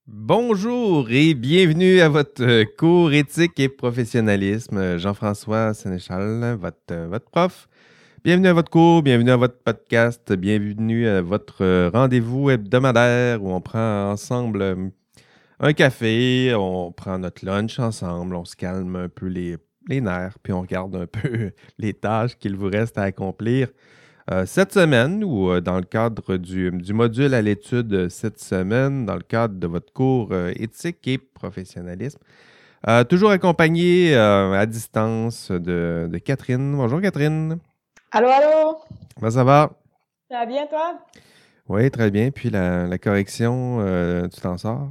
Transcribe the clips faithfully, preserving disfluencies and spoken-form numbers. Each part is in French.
Bonjour et bienvenue à votre euh, cours éthique et professionnalisme. Euh, Jean-François Sénéchal, votre, euh, votre prof. Bienvenue à votre cours, bienvenue à votre podcast, bienvenue à votre euh, rendez-vous hebdomadaire où on prend ensemble euh, un café, on prend notre lunch ensemble, on se calme un peu les, les nerfs, puis on regarde un peu les tâches qu'il vous reste à accomplir. Euh, cette semaine, ou euh, dans le cadre du, du module à l'étude euh, cette semaine, dans le cadre de votre cours euh, éthique et professionnalisme, euh, toujours accompagné euh, à distance de, de Catherine. Bonjour Catherine. Allô, allô? Comment ça va? Ça va bien, toi? Oui, très bien. Puis la, la correction, euh, tu t'en sors?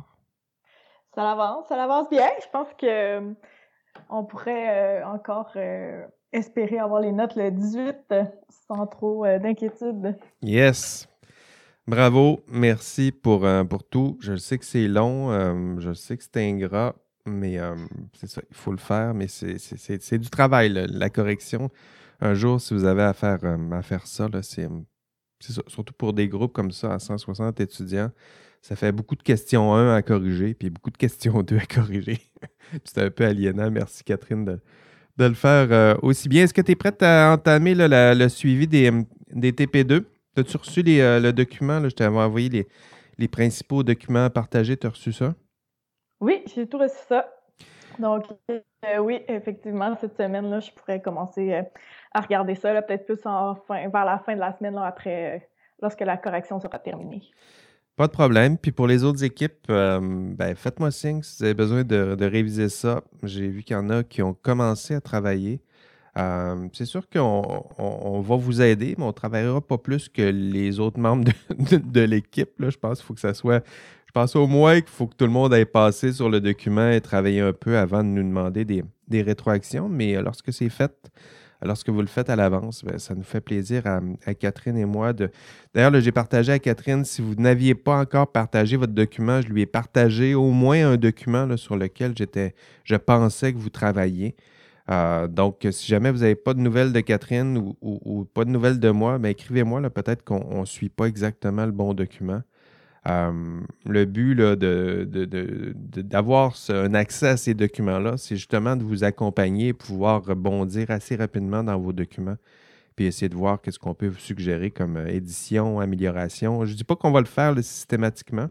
Ça avance, ça avance bien. Je pense que euh, on pourrait euh, encore euh, espérer avoir les notes le dix-huit euh, sans trop euh, d'inquiétude. Yes. Bravo. Merci pour, euh, pour tout. Je sais que c'est long, euh, je sais que c'est ingrat, mais euh, c'est ça, il faut le faire, mais c'est, c'est, c'est, c'est du travail, là, la correction. Un jour, si vous avez à faire, euh, à faire ça, là, c'est, c'est ça, surtout pour des groupes comme ça, à cent soixante étudiants, ça fait beaucoup de questions un à corriger, puis beaucoup de questions deux à corriger. C'est un peu aliénant. Merci Catherine de, de le faire euh, aussi bien. Est-ce que tu es prête à entamer là, la- le suivi des, euh, des T P deux? As-tu reçu les, euh, le document? Là? Je t'avais envoyé les, les principaux documents à partager. Tu as reçu ça? Oui, j'ai tout reçu ça. Donc, euh, oui, effectivement, cette semaine-là, je pourrais commencer euh, à regarder ça, là, peut-être plus en fin, vers la fin de la semaine, là, après, euh, lorsque la correction sera terminée. Pas de problème. Puis pour les autres équipes, euh, ben, faites-moi signe si vous avez besoin de, de réviser ça. J'ai vu qu'il y en a qui ont commencé à travailler. Euh, c'est sûr qu'on on- on va vous aider, mais on ne travaillera pas plus que les autres membres de, de- de l'équipe. Là. Je pense qu'il faut que ça soit. Je pense au moins qu'il faut que tout le monde aille passer sur le document et travailler un peu avant de nous demander des, des rétroactions. Mais euh, lorsque c'est fait, lorsque vous le faites à l'avance, ben, ça nous fait plaisir à, à Catherine et moi de. D'ailleurs, là, j'ai partagé à Catherine, si vous n'aviez pas encore partagé votre document, je lui ai partagé au moins un document là, sur lequel j'étais, je pensais que vous travailliez. Euh, donc, si jamais vous n'avez pas de nouvelles de Catherine ou, ou- ou pas de nouvelles de moi, ben, écrivez-moi. Là, peut-être qu'on ne suit pas exactement le bon document. Euh, le but là, de, de- de- de- d'avoir ce- un accès à ces documents-là, c'est justement de vous accompagner et pouvoir rebondir assez rapidement dans vos documents, puis essayer de voir qu'est-ce qu'on peut vous suggérer comme euh, édition, amélioration. Je ne dis pas qu'on va le faire là, systématiquement,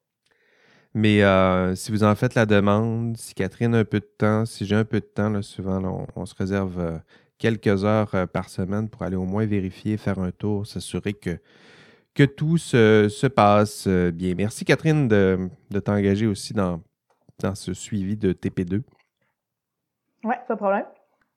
mais euh, si vous en faites la demande, si Catherine a un peu de temps, si j'ai un peu de temps, là, souvent, là, on, on se réserve euh, quelques heures euh, par semaine pour aller au moins vérifier, faire un tour, s'assurer que, que tout se, se passe euh, bien. Merci Catherine de, de t'engager aussi dans, dans ce suivi de T P deux. Ouais, pas de problème.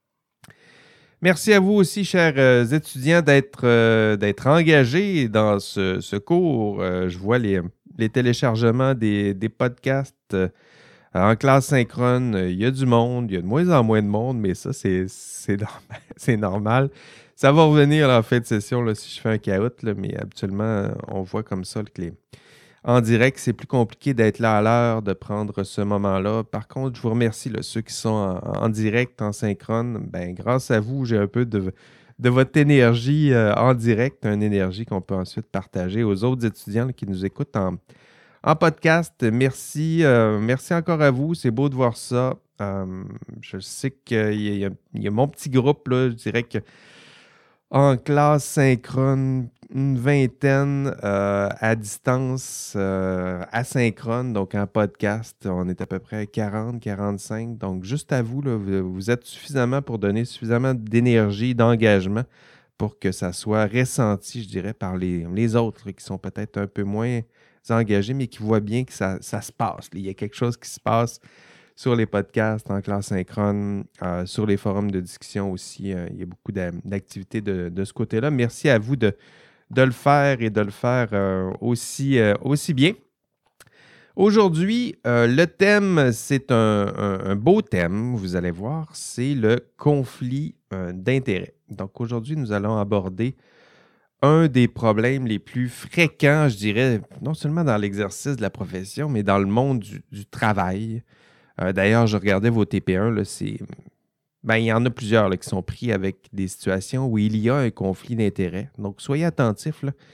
Merci à vous aussi, chers euh, étudiants, d'être euh, d'être engagés dans ce, ce cours. Euh, je vois les, les téléchargements des, des podcasts. euh, En classe synchrone, euh, il y a du monde, il y a de moins en moins de monde, mais ça, c'est, c'est, normal, c'est normal. Ça va revenir en fin de session là, si je fais un caout, là, mais habituellement, on voit comme ça là, que les... en direct, c'est plus compliqué d'être là à l'heure, de prendre ce moment-là. Par contre, je vous remercie, là, ceux qui sont en, en direct, en synchrone. Ben, grâce à vous, j'ai un peu de, de votre énergie euh, en direct, une énergie qu'on peut ensuite partager aux autres étudiants là, qui nous écoutent en, en podcast. Merci, euh, merci encore à vous. C'est beau de voir ça. Euh, je sais qu'il y, a- il y a mon petit groupe, là, je dirais que en classe synchrone, une vingtaine euh, à distance euh, asynchrone, donc en podcast, on est à peu près quarante, quarante-cinq. Donc, juste à vous, là, vous, vous êtes suffisamment pour donner suffisamment d'énergie, d'engagement pour que ça soit ressenti, je dirais, par les, les autres là, qui sont peut-être un peu moins engagés, mais qui voient bien que ça, ça se passe. Il y a quelque chose qui se passe sur les podcasts en classe synchrone, euh, sur les forums de discussion aussi. Euh, il y a beaucoup d'a- d'activités de, de ce côté-là. Merci à vous de, de le faire et de le faire euh, aussi, euh, aussi bien. Aujourd'hui, euh, le thème, c'est un, un- un beau thème, vous allez voir, c'est le conflit euh, d'intérêts. Donc aujourd'hui, nous allons aborder un des problèmes les plus fréquents, je dirais, non seulement dans l'exercice de la profession, mais dans le monde du, du travail. Euh, D'ailleurs, je regardais vos T P un, là, c'est... Ben, il y en a plusieurs là, qui sont pris avec des situations où il y a un conflit d'intérêts. Donc, soyez attentifs. Là.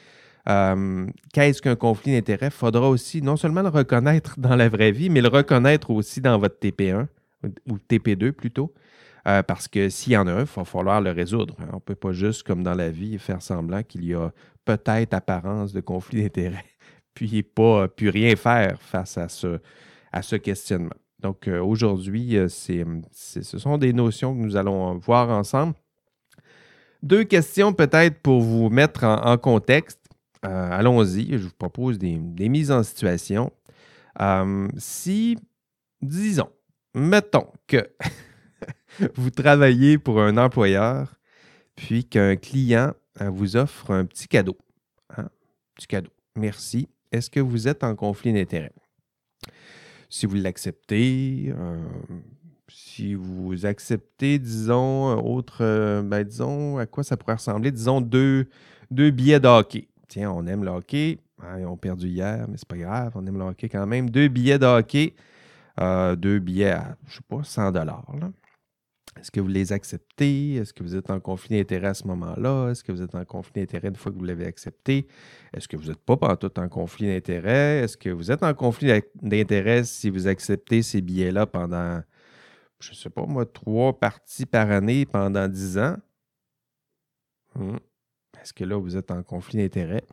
Euh, qu'est-ce qu'un conflit d'intérêts? Il faudra aussi non seulement le reconnaître dans la vraie vie, mais le reconnaître aussi dans votre T P un ou T P deux plutôt. Euh, parce que s'il y en a un, il va falloir le résoudre. On ne peut pas juste, comme dans la vie, faire semblant qu'il y a peut-être apparence de conflit d'intérêts, puis pas puis rien faire face à ce, à ce questionnement. Donc euh, aujourd'hui, euh, c'est, c'est, ce sont des notions que nous allons voir ensemble. Deux questions peut-être pour vous mettre en, en contexte. Euh, allons-y, je vous propose des, des mises en situation. Euh, si, disons, mettons que vous travaillez pour un employeur, puis qu'un client euh, vous offre un petit cadeau. Hein? Petit cadeau. Merci. Est-ce que vous êtes en conflit d'intérêts? Si vous l'acceptez, euh, si vous acceptez, disons, autre, euh, ben, disons, à quoi ça pourrait ressembler? Disons, deux, deux billets de hockey. Tiens, on aime le hockey. Hein, ils ont perdu hier, mais c'est pas grave, on aime le hockey quand même. Deux billets de hockey, euh, deux billets à, je sais pas, cent dollars. Est-ce que vous les acceptez? Est-ce que vous êtes en conflit d'intérêt à ce moment-là? Est-ce que vous êtes en conflit d'intérêt une fois que vous l'avez accepté? Est-ce que vous n'êtes pas pantoute en conflit d'intérêt? Est-ce que vous êtes en conflit d'intérêt si vous acceptez ces billets-là pendant, je ne sais pas moi, trois parties par année pendant dix ans? Hum. Est-ce que là, vous êtes en conflit d'intérêt?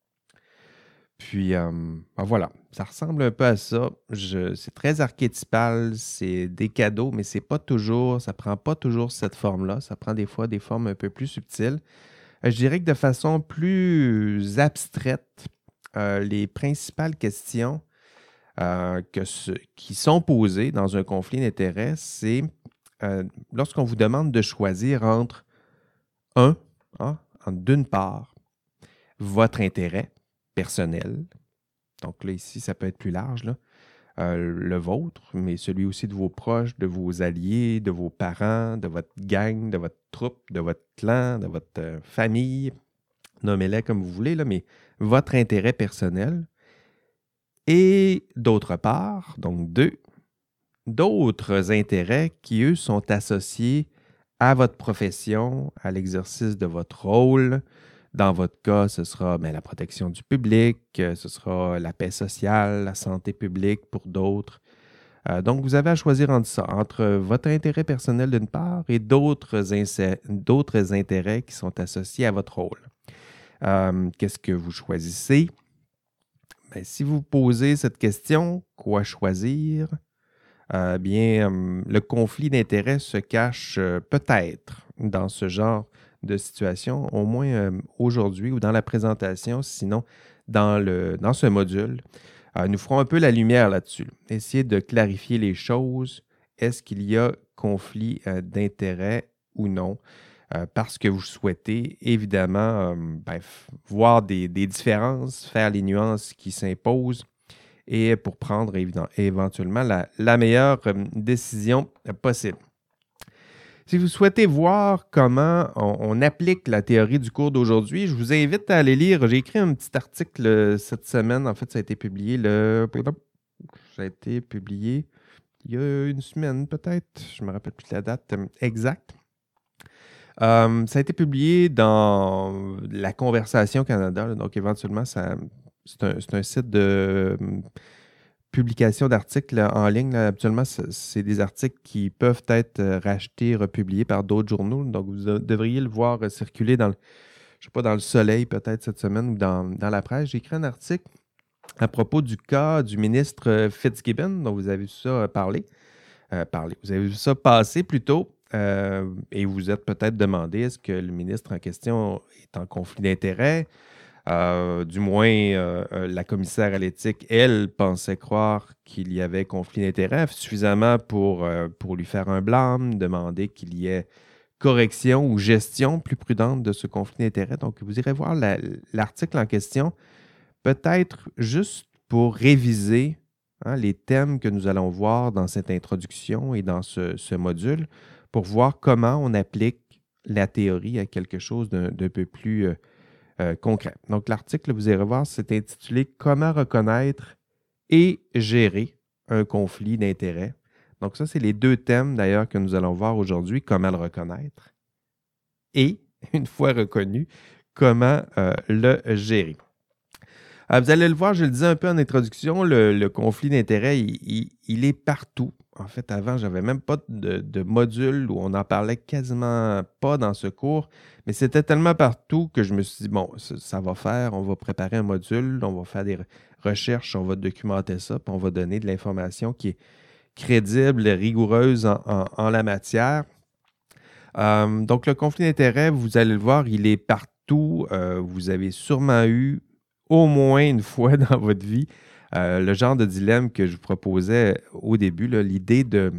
Puis, euh, ben voilà, ça ressemble un peu à ça. Je, c'est très archétypal, c'est des cadeaux, mais c'est pas toujours, ça prend pas toujours cette forme-là. Ça prend des fois des formes un peu plus subtiles. Euh, je dirais que de façon plus abstraite, euh, les principales questions euh, que ce, qui sont posées dans un conflit d'intérêts, c'est euh, lorsqu'on vous demande de choisir entre un, hein, entre d'une part, votre intérêt personnel. Donc là, ici, ça peut être plus large, là. Euh, le vôtre, mais celui aussi de vos proches, de vos alliés, de vos parents, de votre gang, de votre troupe, de votre clan, de votre euh, famille. Nommez-les comme vous voulez, là, mais votre intérêt personnel. Et d'autre part, donc deux, d'autres intérêts qui, eux, sont associés à votre profession, à l'exercice de votre rôle. Dans votre cas, ce sera bien, la protection du public, ce sera la paix sociale, la santé publique pour d'autres. Euh, donc, vous avez à choisir entre ça, entre votre intérêt personnel d'une part et d'autres, insé- d'autres intérêts qui sont associés à votre rôle. Euh, qu'est-ce que vous choisissez? Bien, si vous posez cette question, quoi choisir? Euh, bien, euh, le conflit d'intérêts se cache euh, peut-être dans ce genre de situation, au moins euh, aujourd'hui ou dans la présentation, sinon dans, le, dans ce module. Euh, nous ferons un peu la lumière là-dessus. Essayer de clarifier les choses. Est-ce qu'il y a conflit euh, d'intérêts ou non? Euh, parce que vous souhaitez évidemment euh, ben, f- voir des, des différences, faire les nuances qui s'imposent et pour prendre évident, éventuellement la, la meilleure euh, décision possible. Si vous souhaitez voir comment on, on applique la théorie du cours d'aujourd'hui, je vous invite à aller lire. J'ai écrit un petit article euh, cette semaine. En fait, ça a été publié le. Ça a été publié il y a une semaine, peut-être. Je ne me rappelle plus la date euh, exacte. Euh, ça a été publié dans La Conversation Canada. Là, donc, éventuellement, ça, c'est, un, c'est un site de euh, publication d'articles en ligne. Là. Habituellement, c'est, c'est des articles qui peuvent être euh, rachetés, republiés par d'autres journaux. Donc, vous de- devriez le voir euh, circuler dans le, je sais pas, dans le Soleil peut-être cette semaine ou dans, dans la presse. J'ai écrit un article à propos du cas du ministre euh, Fitzgibbon, dont vous avez vu ça euh, parler. Euh, parler. Vous avez vu ça passer plutôt. Euh, et vous vous êtes peut-être demandé, est-ce que le ministre en question est en conflit d'intérêts? Euh, du moins, euh, euh, la commissaire à l'éthique, elle, pensait croire qu'il y avait conflit d'intérêts suffisamment pour, euh, pour lui faire un blâme, demander qu'il y ait correction ou gestion plus prudente de ce conflit d'intérêts. Donc, vous irez voir la- l'article en question, peut-être juste pour réviser hein, les thèmes que nous allons voir dans cette introduction et dans ce, ce module, pour voir comment on applique la théorie à quelque chose d'un, d'un peu plus euh, euh, concret. Donc, l'article, vous irez voir, c'est intitulé « Comment reconnaître et gérer un conflit d'intérêts ». Donc, ça, c'est les deux thèmes d'ailleurs que nous allons voir aujourd'hui, comment le reconnaître et, une fois reconnu, comment euh, le gérer. Euh, vous allez le voir, je le disais un peu en introduction, le, le conflit d'intérêts, il, il- il est partout. En fait, avant, j'avais même pas de, de module où on en parlait quasiment pas dans ce cours, mais c'était tellement partout que je me suis dit, bon, ça, ça va faire, on va préparer un module, on va faire des re- recherches, on va documenter ça, puis on va donner de l'information qui est crédible et rigoureuse en, en- en la matière. Euh, donc, le conflit d'intérêts, vous allez le voir, il est partout. Euh, vous avez sûrement eu au moins une fois dans votre vie euh, le genre de dilemme que je vous proposais au début, là, l'idée de,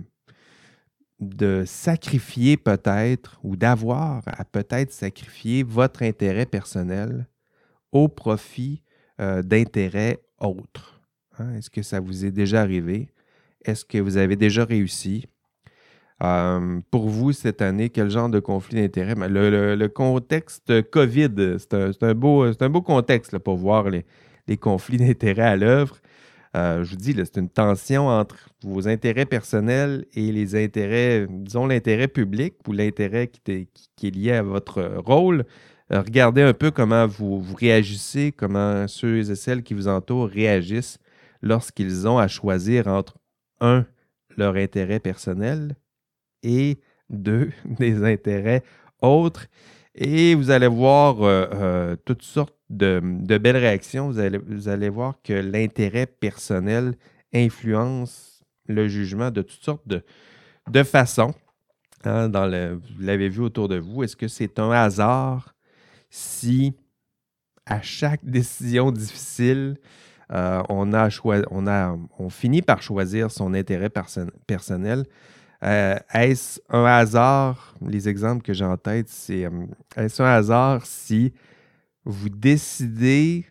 de sacrifier peut-être ou d'avoir à peut-être sacrifier votre intérêt personnel au profit euh, d'intérêts autres. Hein? Est-ce que ça vous est déjà arrivé? Est-ce que vous avez déjà réussi? Euh, pour vous, cette année, quel genre de conflit d'intérêts? Ben, Le, le- le contexte COVID, c'est un, c'est un beau, c'est un beau contexte là, pour voir les, les conflits d'intérêts à l'œuvre. Euh, je vous dis, là, c'est une tension entre vos intérêts personnels et les intérêts, disons l'intérêt public ou l'intérêt qui, t'est- qui- qui est lié à votre rôle. Euh, regardez un peu comment vous, vous réagissez, comment ceux et celles qui vous entourent réagissent lorsqu'ils ont à choisir entre, un, leur intérêt personnel et deux, des intérêts autres. Et vous allez voir euh, euh, toutes sortes de, de belles réactions. Vous allez, vous allez voir que l'intérêt personnel influence le jugement de toutes sortes de, de façons. Hein, dans le, vous l'avez vu autour de vous. Est-ce que c'est un hasard si à chaque décision difficile, euh, on, a choi- on, a, on finit par choisir son intérêt perso- personnel? Euh, est-ce un hasard? Les exemples que j'ai en tête, c'est euh, est-ce un hasard si vous décidez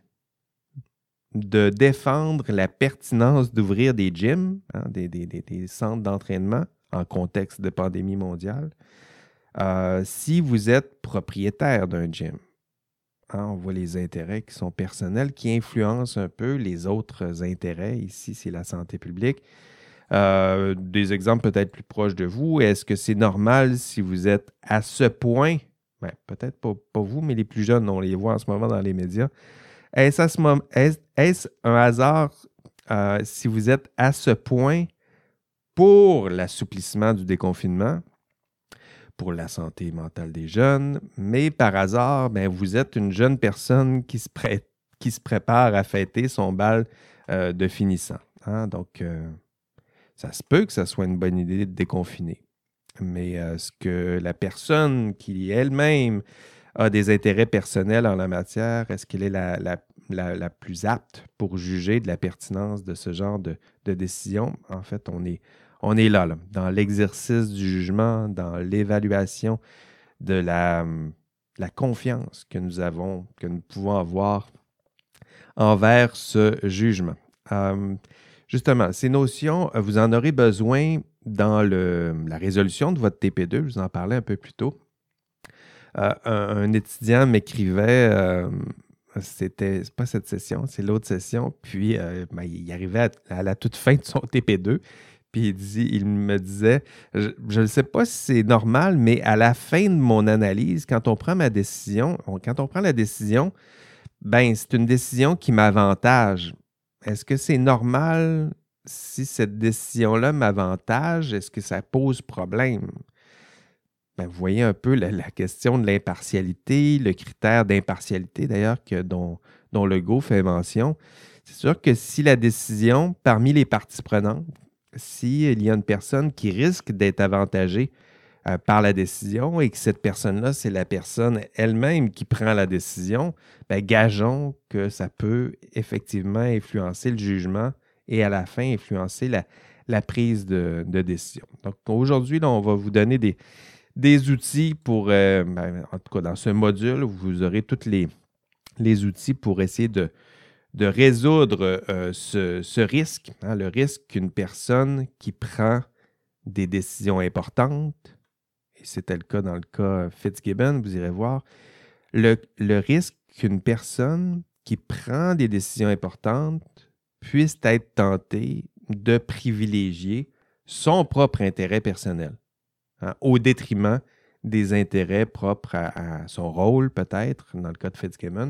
de défendre la pertinence d'ouvrir des gyms, hein, des, des- des- des centres d'entraînement en contexte de pandémie mondiale, euh, si vous êtes propriétaire d'un gym? Hein, on voit les intérêts qui sont personnels, qui influencent un peu les autres intérêts. Ici, c'est la santé publique. Euh, des exemples peut-être plus proches de vous. Est-ce que c'est normal si vous êtes à ce point, ben, peut-être pas, pas vous, mais les plus jeunes, on les voit en ce moment dans les médias. Est-ce, à ce moment, est-ce, est-ce un hasard euh, si vous êtes à ce point pour l'assouplissement du déconfinement, pour la santé mentale des jeunes, mais par hasard, ben, vous êtes une jeune personne qui se, prête, qui se prépare à fêter son bal euh, de finissant. Hein? Donc, euh, ça se peut que ça soit une bonne idée de déconfiner. Mais euh, est-ce que la personne qui elle-même a des intérêts personnels en la matière, est-ce qu'elle est la, la, la, la plus apte pour juger de la pertinence de ce genre de, de décision? En fait, on est, on est là, là, dans l'exercice du jugement, dans l'évaluation de la, la confiance que nous avons, que nous pouvons avoir envers ce jugement. Euh, Justement, ces notions, euh, vous en aurez besoin dans le, la résolution de votre T P deux. Je vous en parlais un peu plus tôt. Euh, un, un étudiant m'écrivait, euh, c'était c'est pas cette session, c'est l'autre session, puis euh, ben, il arrivait à, à la toute fin de son T P deux, puis il, dit, il me disait, je ne sais pas si c'est normal, mais à la fin de mon analyse, quand on prend ma décision, on- quand on prend la décision, ben c'est une décision qui m'avantage. Est-ce que c'est normal si cette décision-là m'avantage? Est-ce que ça pose problème? Ben, vous voyez un peu la, la question de l'impartialité, le critère d'impartialité d'ailleurs que, dont, dont Legault fait mention. C'est sûr que si la décision, parmi les parties prenantes, s'il y a une personne qui risque d'être avantagée euh, par la décision et que cette personne-là, c'est la personne elle-même qui prend la décision, ben, gageons que ça peut effectivement influencer le jugement et à la fin influencer la, la prise de, de décision. Donc aujourd'hui, là, on va vous donner des, des outils pour, euh, ben, en tout cas dans ce module, vous aurez tous les, les outils pour essayer de, de résoudre euh, ce, ce risque, hein, le risque qu'une personne qui prend des décisions importantes, et c'était le cas dans le cas Fitzgibbon, vous irez voir, le, le risque qu'une personne qui prend des décisions importantes puisse être tentée de privilégier son propre intérêt personnel, hein, au détriment des intérêts propres à, à son rôle, peut-être, dans le cas de Fitzgibbon,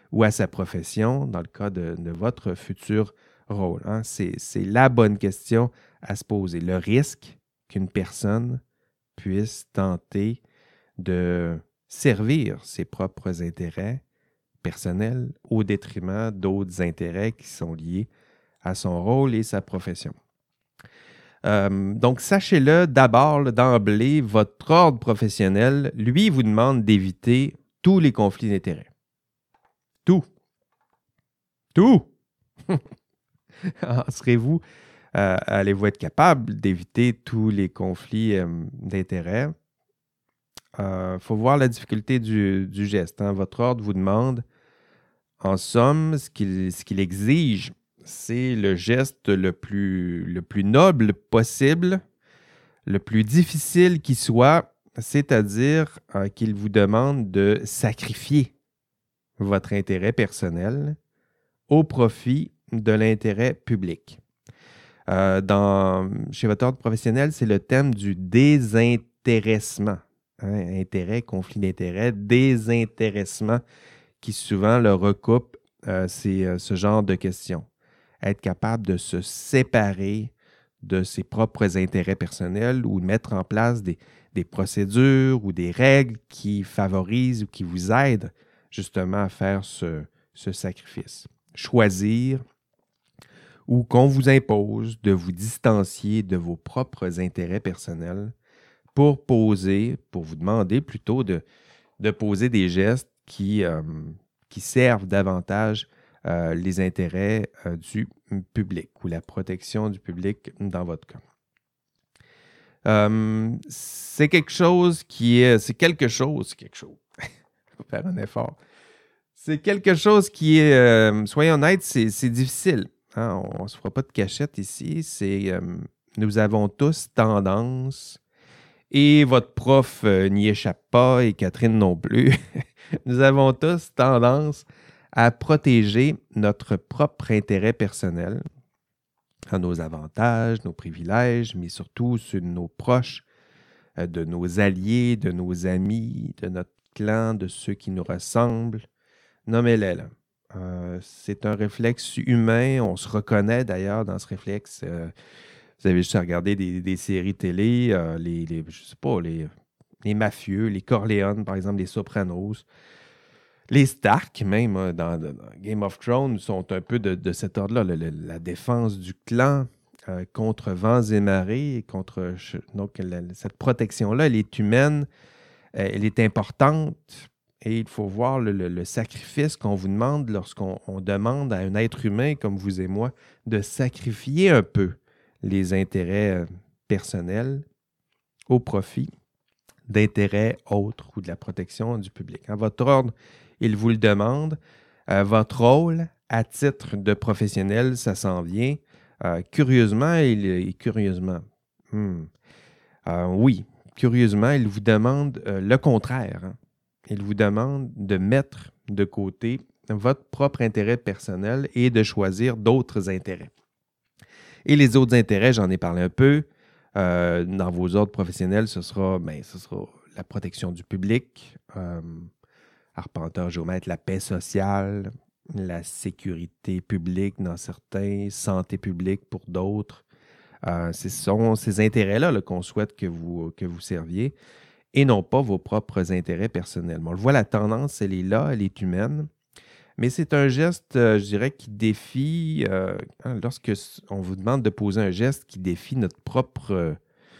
ou à sa profession dans le cas de, de votre futur rôle. Hein? C'est, c'est la bonne question à se poser. Le risque qu'une personne puisse tenter de servir ses propres intérêts personnels au détriment d'autres intérêts qui sont liés à son rôle et sa profession. Euh, donc, sachez-le d'abord, là, d'emblée, votre ordre professionnel, lui, vous demande d'éviter tous les conflits d'intérêts. Tout. Tout. Serez-vous, euh, allez-vous être capable d'éviter tous les conflits euh, d'intérêts? Il euh, faut voir la difficulté du, du geste. Hein. Votre ordre vous demande, en somme, ce qu'il, ce qu'il exige, c'est le geste le plus, le plus noble possible, le plus difficile qui soit, c'est-à-dire euh, qu'il vous demande de sacrifier votre intérêt personnel au profit de l'intérêt public. Euh, dans, chez votre ordre professionnel, c'est le thème du désintéressement. Hein, intérêt, conflit d'intérêt, désintéressement qui souvent le recoupe euh, c'est, euh, ce genre de questions. Être capable de se séparer de ses propres intérêts personnels ou de mettre en place des, des procédures ou des règles qui favorisent ou qui vous aident justement à faire ce, ce sacrifice. Choisir ou qu'on vous impose de vous distancier de vos propres intérêts personnels pour poser, pour vous demander plutôt de, de poser des gestes qui, euh, qui servent davantage euh, les intérêts euh, du public ou la protection du public dans votre cas. Euh, c'est quelque chose qui est, c'est quelque chose, quelque chose, je vais faire un effort. C'est quelque chose qui est, euh, soyons honnêtes, c'est, c'est difficile. Hein? On ne se fera pas de cachette ici. C'est, euh, nous avons tous tendance, et votre prof euh, n'y échappe pas, et Catherine non plus, nous avons tous tendance à protéger notre propre intérêt personnel, nos avantages, nos privilèges, mais surtout ceux de nos proches, euh, de nos alliés, de nos amis, de notre clan, de ceux qui nous ressemblent. Nommez-les, là. Euh, c'est un réflexe humain. On se reconnaît d'ailleurs dans ce réflexe. Euh, vous avez juste à regarder des, des séries télé, euh, les, les, je sais pas, les, les mafieux, les Corleone, par exemple, les Sopranos. Les Stark, même, hein, dans, dans Game of Thrones, sont un peu de, de cet ordre-là. Le, le, la défense du clan euh, contre vents et marées. Et contre, donc, la, cette protection-là, elle est humaine, euh, elle est importante. Et il faut voir le, le, le sacrifice qu'on vous demande lorsqu'on on demande à un être humain comme vous et moi de sacrifier un peu les intérêts personnels au profit d'intérêts autres ou de la protection du public. Hein, votre ordre, il vous le demande. Euh, votre rôle, à titre de professionnel, ça s'en vient. Euh, curieusement, il, et curieusement, hmm, euh, oui, curieusement, il vous demande euh, le contraire. Hein. Il vous demande de mettre de côté votre propre intérêt personnel et de choisir d'autres intérêts. Et les autres intérêts, j'en ai parlé un peu. Euh, dans vos ordres professionnels, ce sera, ben, ce sera la protection du public, euh, arpenteur, géomètre, la paix sociale, la sécurité publique dans certains, santé publique pour d'autres. Euh, ce sont ces intérêts-là là, qu'on souhaite que vous, que vous serviez et non pas vos propres intérêts personnels. Bon, on le voit, la tendance, elle est là, elle est humaine, mais c'est un geste, euh, je dirais, qui défie, euh, hein, lorsque on vous demande de poser un geste qui défie notre propre euh,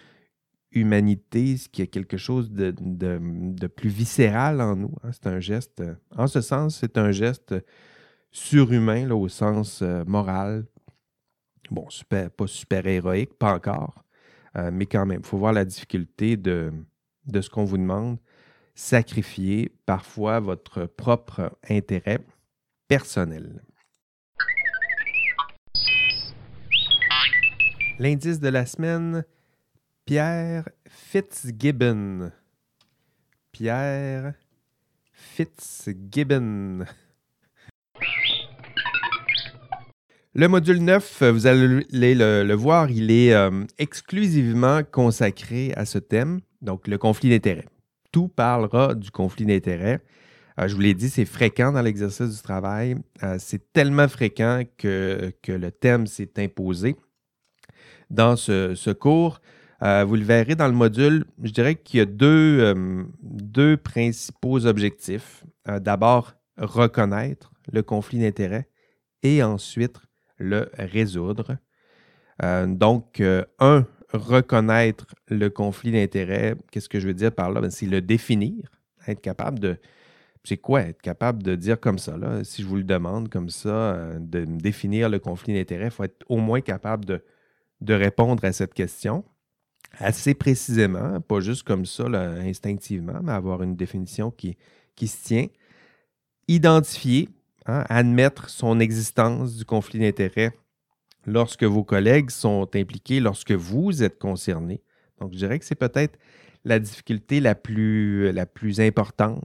humanité, ce qui est quelque chose de, de, de plus viscéral en nous. Hein, c'est un geste, euh, en ce sens, c'est un geste surhumain, là, au sens euh, moral. Bon, super, pas super héroïque, pas encore, euh, mais quand même, il faut voir la difficulté de, de ce qu'on vous demande. Sacrifier parfois votre propre intérêt personnel. L'indice de la semaine, Pierre Fitzgibbon. Pierre Fitzgibbon. Le module neuf, vous allez le, le voir, il est euh, exclusivement consacré à ce thème, donc le conflit d'intérêts. Tout parlera du conflit d'intérêts. Euh, je vous l'ai dit, c'est fréquent dans l'exercice du travail. Euh, c'est tellement fréquent que, que le thème s'est imposé dans ce, ce cours. Euh, vous le verrez dans le module, je dirais qu'il y a deux, euh, deux principaux objectifs. Euh, d'abord, reconnaître le conflit d'intérêts et ensuite le résoudre. Euh, donc, euh, un, reconnaître le conflit d'intérêts. Qu'est-ce que je veux dire par là? Ben, c'est le définir, être capable de... C'est quoi être capable de dire comme ça? Là? Si je vous le demande comme ça, euh, de me définir le conflit d'intérêts, il faut être au moins capable de, de répondre à cette question assez précisément, pas juste comme ça, là, instinctivement, mais avoir une définition qui, qui se tient. Identifier, hein, admettre son existence du conflit d'intérêts lorsque vos collègues sont impliqués, lorsque vous êtes concerné. Donc, je dirais que c'est peut-être la difficulté la plus, la plus importante.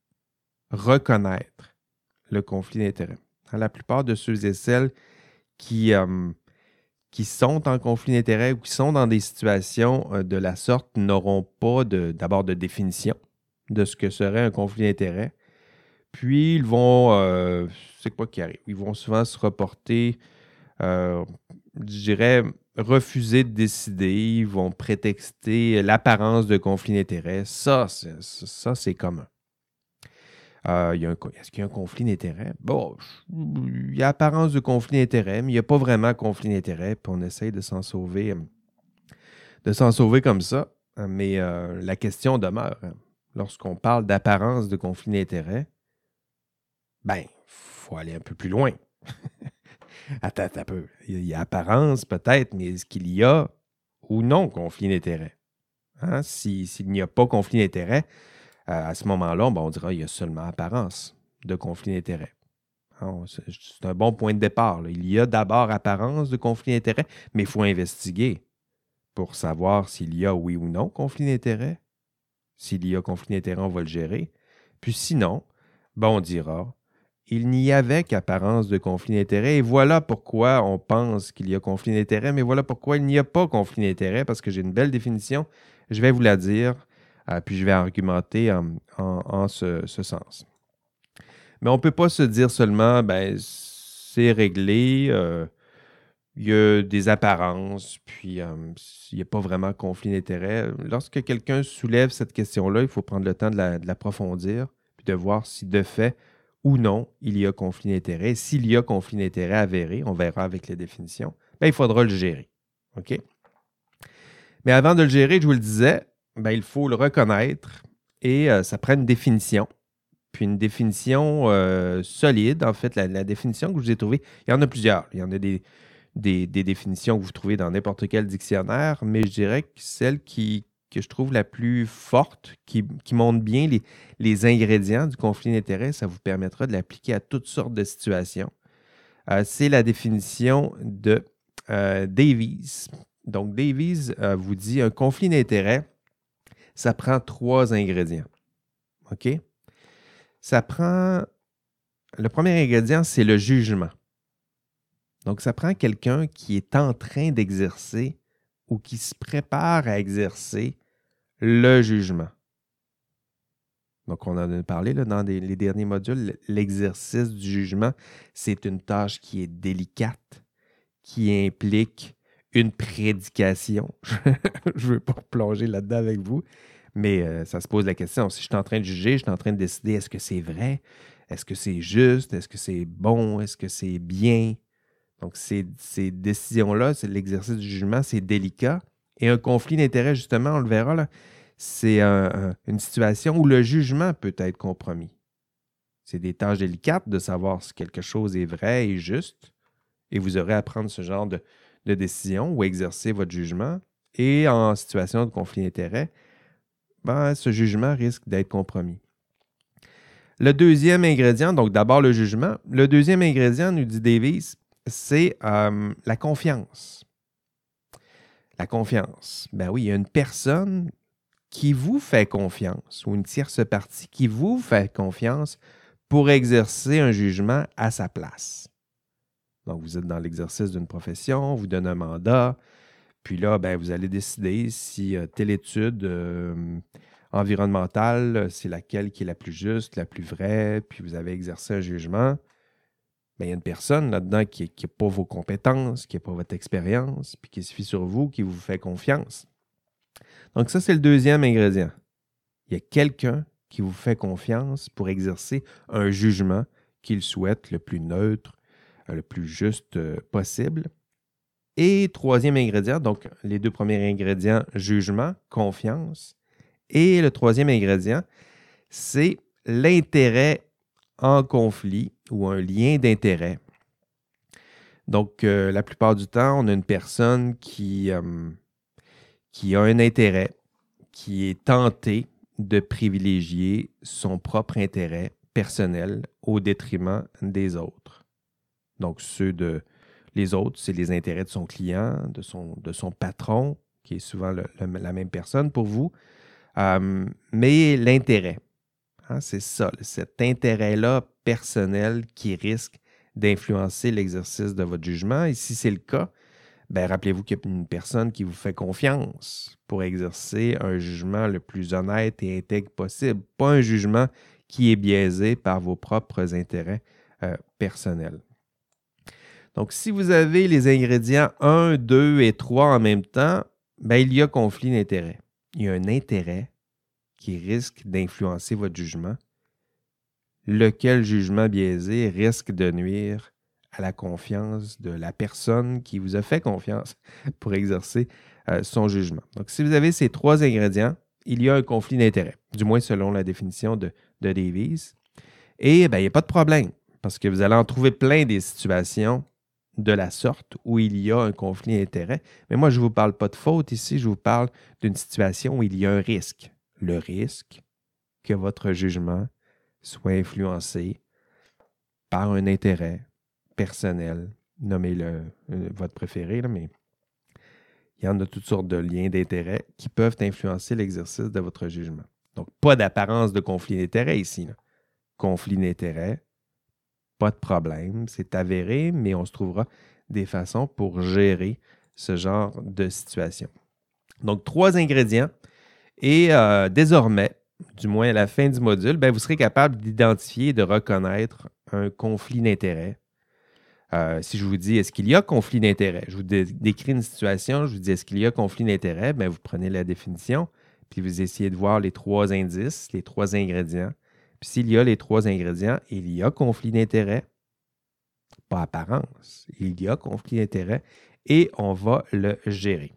Reconnaître le conflit d'intérêts. La plupart de ceux et celles qui, euh, qui sont en conflit d'intérêts ou qui sont dans des situations euh, de la sorte n'auront pas de, d'abord de définition de ce que serait un conflit d'intérêts. Puis, ils vont, euh, c'est quoi qui arrive? Ils vont souvent se reporter, euh, je dirais, refuser de décider. Ils vont prétexter l'apparence de conflit d'intérêts. Ça, c'est, ça, c'est commun. Euh, il y a un, est-ce qu'il y a un conflit d'intérêts? Bon, il y a apparence de conflit d'intérêts, mais il n'y a pas vraiment conflit d'intérêts, puis on essaye de s'en sauver, de s'en sauver comme ça. Mais euh, la question demeure. Lorsqu'on parle d'apparence de conflit d'intérêts, ben, il faut aller un peu plus loin. Attends, attends un peu. Il y a apparence peut-être, mais est-ce qu'il y a ou non conflit d'intérêts? Hein? Si, s'il n'y a pas conflit d'intérêts, Euh, à ce moment-là, ben, on dira qu'il y a seulement apparence de conflit d'intérêts. Hein, c'est, c'est un bon point de départ. Là. Il y a d'abord apparence de conflit d'intérêts, mais il faut investiguer pour savoir s'il y a oui ou non conflit d'intérêts. S'il y a conflit d'intérêts, on va le gérer. Puis sinon, ben, on dira il n'y avait qu'apparence de conflit d'intérêts et voilà pourquoi on pense qu'il y a conflit d'intérêts, mais voilà pourquoi il n'y a pas conflit d'intérêts parce que j'ai une belle définition. Je vais vous la dire. Euh, puis je vais argumenter en, en, en ce, ce sens. Mais on ne peut pas se dire seulement, ben, c'est réglé, euh, il y a des apparences, puis euh, il n'y a pas vraiment conflit d'intérêts. Lorsque quelqu'un soulève cette question-là, il faut prendre le temps de, la, de l'approfondir, puis de voir si de fait ou non il y a conflit d'intérêts. S'il y a conflit d'intérêts avéré, on verra avec les définitions, ben, il faudra le gérer. OK? Mais avant de le gérer, je vous le disais, ben, il faut le reconnaître et euh, ça prend une définition. Puis une définition euh, solide, en fait, la, la définition que je vous ai trouvée, il y en a plusieurs. Il y en a des, des, des définitions que vous trouvez dans n'importe quel dictionnaire, mais je dirais que celle qui, que je trouve la plus forte, qui, qui montre bien les, les ingrédients du conflit d'intérêts, ça vous permettra de l'appliquer à toutes sortes de situations. Euh, c'est la définition de euh, Davies. Donc, Davies euh, vous dit un conflit d'intérêts, ça prend trois ingrédients. OK? Ça prend... Le premier ingrédient, c'est le jugement. Donc, ça prend quelqu'un qui est en train d'exercer ou qui se prépare à exercer le jugement. Donc, on en a parlé là, dans des, les derniers modules. L'exercice du jugement, c'est une tâche qui est délicate, qui implique une prédication. Je ne veux pas plonger là-dedans avec vous, mais euh, ça se pose la question. Si je suis en train de juger, je suis en train de décider est-ce que c'est vrai, est-ce que c'est juste, est-ce que c'est bon, est-ce que c'est bien. Donc, ces, ces décisions-là, c'est l'exercice du jugement, c'est délicat. Et un conflit d'intérêts, justement, on le verra, là, c'est un, un, une situation où le jugement peut être compromis. C'est des tâches délicates de savoir si quelque chose est vrai et juste. Et vous aurez à prendre ce genre de, de décision ou exercer votre jugement. Et en situation de conflit d'intérêts, ben, ce jugement risque d'être compromis. Le deuxième ingrédient, donc d'abord le jugement. Le deuxième ingrédient, nous dit Davies, c'est euh, la confiance. La confiance. Ben oui, il y a une personne qui vous fait confiance ou une tierce partie qui vous fait confiance pour exercer un jugement à sa place. Donc, vous êtes dans l'exercice d'une profession, on vous donne un mandat, puis là, ben, vous allez décider si euh, telle étude, euh, environnementale, c'est laquelle qui est la plus juste, la plus vraie, puis vous avez exercé un jugement. Bien, il y a une personne là-dedans qui n'a pas vos compétences, qui n'a pas votre expérience, puis qui se fie sur vous, qui vous fait confiance. Donc ça, c'est le deuxième ingrédient. Il y a quelqu'un qui vous fait confiance pour exercer un jugement qu'il souhaite le plus neutre, le plus juste possible. Et troisième ingrédient, donc les deux premiers ingrédients, jugement, confiance. Et le troisième ingrédient, c'est l'intérêt en conflit ou un lien d'intérêt. Donc, euh, la plupart du temps, on a une personne qui, euh, qui a un intérêt, qui est tentée de privilégier son propre intérêt personnel au détriment des autres. Donc, ceux de les autres, c'est les intérêts de son client, de son, de son patron, qui est souvent le, le, la même personne pour vous. Euh, mais l'intérêt, hein, c'est ça, cet intérêt-là personnel qui risque d'influencer l'exercice de votre jugement. Et si c'est le cas, ben, rappelez-vous qu'il y a une personne qui vous fait confiance pour exercer un jugement le plus honnête et intègre possible, pas un jugement qui est biaisé par vos propres intérêts euh, personnels. Donc, si vous avez les ingrédients un, deux et trois en même temps, ben, il y a conflit d'intérêts. Il y a un intérêt qui risque d'influencer votre jugement, lequel jugement biaisé risque de nuire à la confiance de la personne qui vous a fait confiance pour exercer euh, son jugement. Donc, si vous avez ces trois ingrédients, il y a un conflit d'intérêts, du moins selon la définition de, de Davies. Et bien, il n'y a pas de problème, parce que vous allez en trouver plein des situations de la sorte où il y a un conflit d'intérêts. Mais moi, je ne vous parle pas de faute ici, je vous parle d'une situation où il y a un risque. Le risque que votre jugement soit influencé par un intérêt personnel, nommez-le euh, votre préféré, là, mais il y en a toutes sortes de liens d'intérêt qui peuvent influencer l'exercice de votre jugement. Donc, pas d'apparence de conflit d'intérêt ici. Là. Conflit d'intérêt, pas de problème, c'est avéré, mais on se trouvera des façons pour gérer ce genre de situation. Donc, trois ingrédients. Et euh, désormais, du moins à la fin du module, ben, vous serez capable d'identifier et de reconnaître un conflit d'intérêt. Euh, si je vous dis, est-ce qu'il y a conflit d'intérêt? Je vous dé- décris une situation, je vous dis, est-ce qu'il y a conflit d'intérêt? Ben, vous prenez la définition, puis vous essayez de voir les trois indices, les trois ingrédients. Puis s'il y a les trois ingrédients, il y a conflit d'intérêt. Pas apparence, il y a conflit d'intérêt et on va le gérer.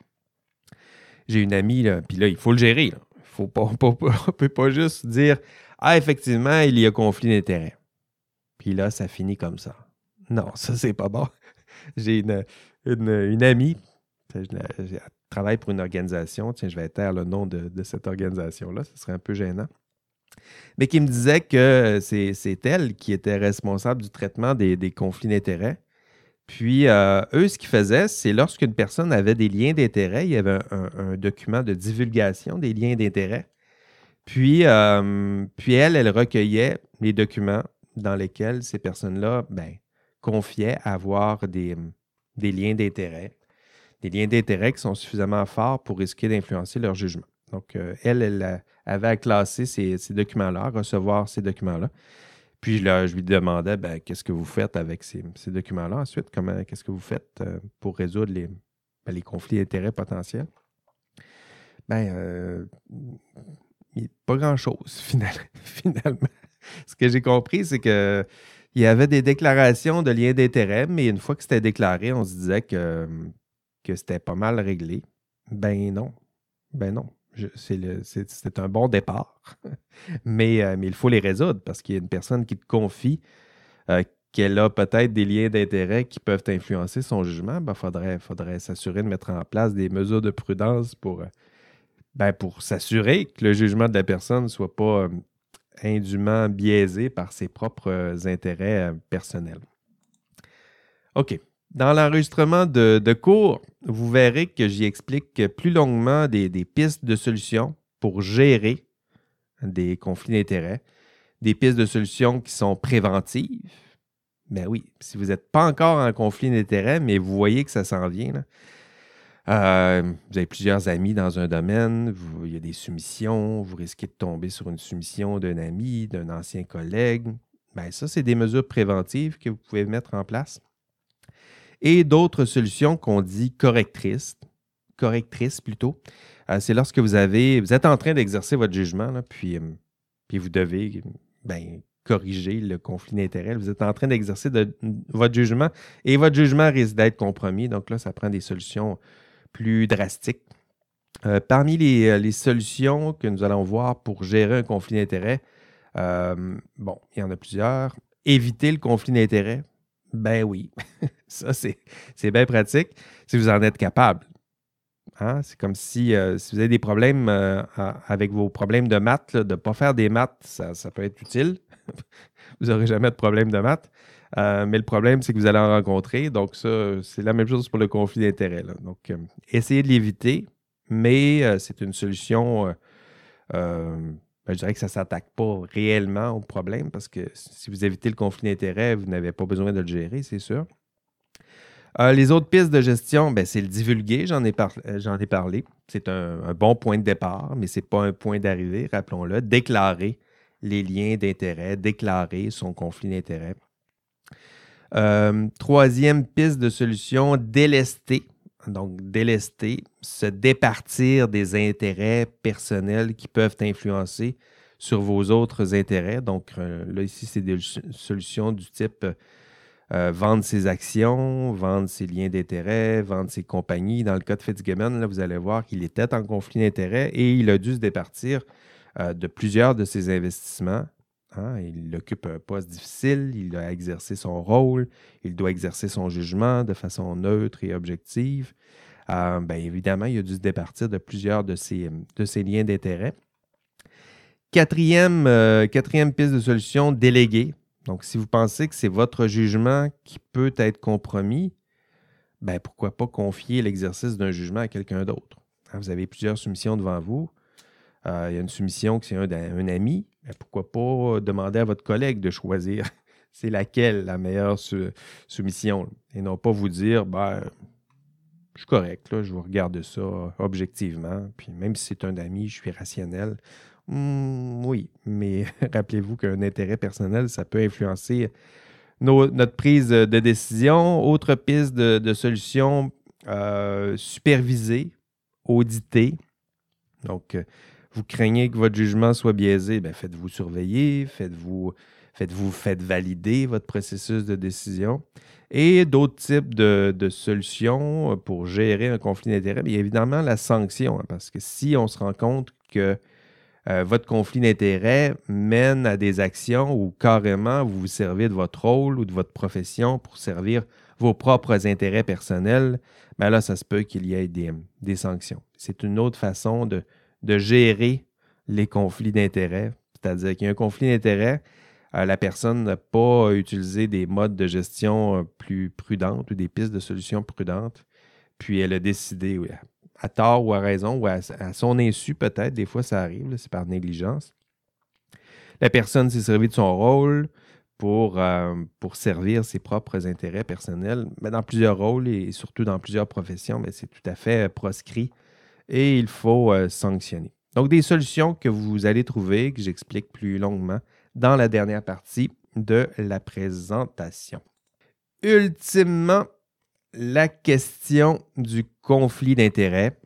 J'ai une amie, là, puis là, il faut le gérer. Là. Faut pas, pas, pas, on ne peut pas juste dire « Ah, effectivement, il y a conflit d'intérêt. » Puis là, ça finit comme ça. Non, ça, c'est pas bon. J'ai une, une, une amie, elle travaille pour une organisation, tiens, je vais taire le nom de, de cette organisation-là, ce serait un peu gênant, mais qui me disait que c'est, c'est elle qui était responsable du traitement des, des conflits d'intérêts. Puis, euh, eux, ce qu'ils faisaient, c'est lorsqu'une personne avait des liens d'intérêt, il y avait un, un, un document de divulgation des liens d'intérêt. Puis, euh, puis elle, elle recueillait les documents dans lesquels ces personnes-là ben, confiaient avoir des, des liens d'intérêt, des liens d'intérêt qui sont suffisamment forts pour risquer d'influencer leur jugement. Donc, euh, elle, elle avait à classer ces, ces documents-là, à recevoir ces documents-là. Puis, je, je lui demandais, ben, qu'est-ce que vous faites avec ces, ces documents-là ensuite? Comment, qu'est-ce que vous faites euh, pour résoudre les, ben, les conflits d'intérêts potentiels? Ben, euh, pas grand-chose, finalement. Ce que j'ai compris, c'est que il y avait des déclarations de liens d'intérêt, mais une fois que c'était déclaré, on se disait que, que c'était pas mal réglé. Ben non. Ben non. Je, c'est, le, c'est, c'est un bon départ, mais, euh, mais il faut les résoudre parce qu'il y a une personne qui te confie euh, qu'elle a peut-être des liens d'intérêt qui peuvent influencer son jugement. Il ben, faudrait, faudrait s'assurer de mettre en place des mesures de prudence pour, euh, ben, pour s'assurer que le jugement de la personne ne soit pas euh, indûment biaisé par ses propres euh, intérêts euh, personnels. OK. Dans l'enregistrement de, de cours, vous verrez que j'y explique plus longuement des, des pistes de solutions pour gérer des conflits d'intérêts, des pistes de solutions qui sont préventives. Ben oui, si vous n'êtes pas encore en conflit d'intérêts, mais vous voyez que ça s'en vient, là, Euh, vous avez plusieurs amis dans un domaine, vous- il y a des soumissions, vous risquez de tomber sur une soumission d'un ami, d'un ancien collègue. Bien, ça, c'est des mesures préventives que vous pouvez mettre en place. Et d'autres solutions qu'on dit correctrices, correctrices plutôt, euh, c'est lorsque vous avez, vous êtes en train d'exercer votre jugement, là, puis, euh, puis vous devez ben, corriger le conflit d'intérêts. Vous êtes en train d'exercer de- votre jugement et votre jugement risque d'être compromis. Donc là, ça prend des solutions plus drastiques. Euh, parmi les, euh, les solutions que nous allons voir pour gérer un conflit d'intérêts, euh, bon, il y en a plusieurs. Éviter le conflit d'intérêts, ben oui, ça c'est, c'est bien pratique si vous en êtes capable. Hein? C'est comme si, euh, si vous avez des problèmes euh, à- avec vos problèmes de maths, là, de ne pas faire des maths, ça, ça peut être utile. Vous n'aurez jamais de problème de maths. Euh, mais le problème, c'est que vous allez en rencontrer. Donc, ça, c'est la même chose pour le conflit d'intérêts. Là. Donc, euh, essayez de l'éviter, mais euh, c'est une solution. Euh, euh, ben, je dirais que ça ne s'attaque pas réellement au problème parce que si vous évitez le conflit d'intérêts, vous n'avez pas besoin de le gérer, c'est sûr. Euh, les autres pistes de gestion, ben, c'est le divulguer, j'en ai, par- euh, j'en ai parlé. C'est un, un bon point de départ, mais ce n'est pas un point d'arrivée, rappelons-le. Déclarer les liens d'intérêt, déclarer son conflit d'intérêt. Euh, troisième piste de solution, délester. Donc, délester, se départir des intérêts personnels qui peuvent influencer sur vos autres intérêts. Donc, euh, là, ici, c'est des solutions du type euh, vendre ses actions, vendre ses liens d'intérêt, vendre ses compagnies. Dans le cas de Fitzgibbon, là, vous allez voir qu'il était en conflit d'intérêts et il a dû se départir euh, de plusieurs de ses investissements. Hein? Il occupe un poste difficile, il a exercé son rôle, il doit exercer son jugement de façon neutre et objective. Euh, bien évidemment, il a dû se départir de plusieurs de ses, de ses liens d'intérêt. Quatrième, euh, quatrième piste de solution, déléguer. Donc, si vous pensez que c'est votre jugement qui peut être compromis, ben pourquoi pas confier l'exercice d'un jugement à quelqu'un d'autre? Hein, vous avez plusieurs soumissions devant vous. Euh, il y a une soumission qui c'est un, un ami. Ben pourquoi pas demander à votre collègue de choisir c'est laquelle la meilleure su- soumission et non pas vous dire ben, je suis correct, là, je vous regarde ça objectivement. Puis même si c'est un ami, je suis rationnel. Hmm, oui, mais rappelez-vous qu'un intérêt personnel, ça peut influencer nos- notre prise de décision. Autre piste de, de solution, euh, superviser, auditer. Donc, euh, vous craignez que votre jugement soit biaisé, bien, faites-vous surveiller, faites-vous, faites-vous, faites valider votre processus de décision. Et d'autres types de, de solutions pour gérer un conflit d'intérêts, bien évidemment, la sanction. Hein, parce que si on se rend compte que euh, votre conflit d'intérêts mène à des actions où carrément vous vous servez de votre rôle ou de votre profession pour servir vos propres intérêts personnels, bien là, ça se peut qu'il y ait des, des sanctions. C'est une autre façon de, de gérer les conflits d'intérêts. C'est-à-dire qu'il y a un conflit d'intérêts, euh, la personne n'a pas utilisé des modes de gestion euh, plus prudentes ou des pistes de solutions prudentes, puis elle a décidé, oui, à tort ou à raison, ou à, à son insu peut-être, des fois ça arrive, là, c'est par négligence. La personne s'est servie de son rôle pour, euh, pour servir ses propres intérêts personnels, mais dans plusieurs rôles et surtout dans plusieurs professions, mais c'est tout à fait proscrit et il faut euh, sanctionner. Donc, des solutions que vous allez trouver, que j'explique plus longuement dans la dernière partie de la présentation. Ultimement, la question du conflit d'intérêts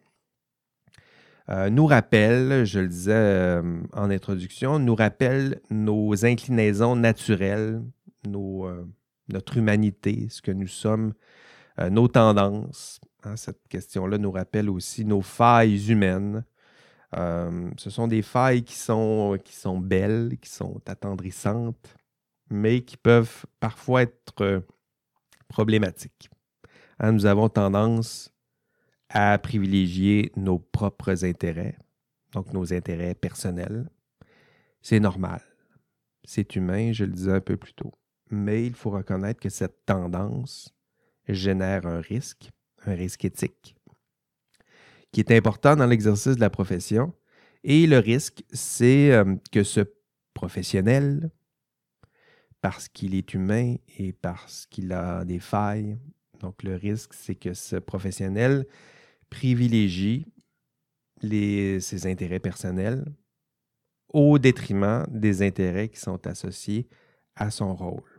euh, nous rappelle, je le disais euh, en introduction, nous rappelle nos inclinaisons naturelles, nos, euh, notre humanité, ce que nous sommes, euh, nos tendances. Hein, cette question-là nous rappelle aussi nos failles humaines. Euh, ce sont des failles qui sont, qui sont belles, qui sont attendrissantes, mais qui peuvent parfois être euh, problématiques. Hein, nous avons tendance à privilégier nos propres intérêts, donc nos intérêts personnels. C'est normal. C'est humain, je le disais un peu plus tôt. Mais il faut reconnaître que cette tendance génère un risque, un risque éthique, qui est important dans l'exercice de la profession. Et le risque, c'est euh, que ce professionnel, parce qu'il est humain et parce qu'il a des failles, donc le risque, c'est que ce professionnel privilégie les, ses intérêts personnels au détriment des intérêts qui sont associés à son rôle.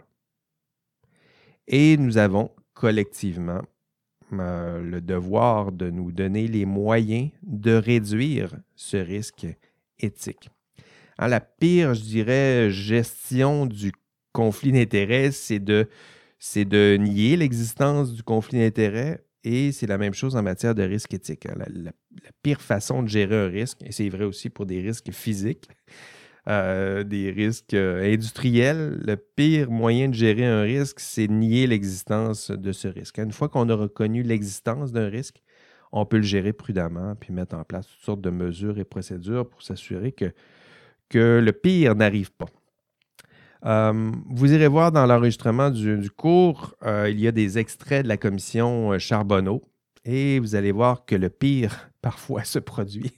Et nous avons collectivement euh, le devoir de nous donner les moyens de réduire ce risque éthique. Hein, la pire, je dirais, gestion du conflit d'intérêts, c'est de, c'est de nier l'existence du conflit d'intérêts et c'est la même chose en matière de risque éthique. Hein. La, la, la pire façon de gérer un risque, et c'est vrai aussi pour des risques physiques, Euh, des risques euh, industriels, le pire moyen de gérer un risque, c'est nier l'existence de ce risque. Une fois qu'on a reconnu l'existence d'un risque, on peut le gérer prudemment puis mettre en place toutes sortes de mesures et procédures pour s'assurer que, que le pire n'arrive pas. Euh, vous irez voir dans l'enregistrement du, du cours, euh, il y a des extraits de la commission Charbonneau et vous allez voir que le pire, parfois, se produit.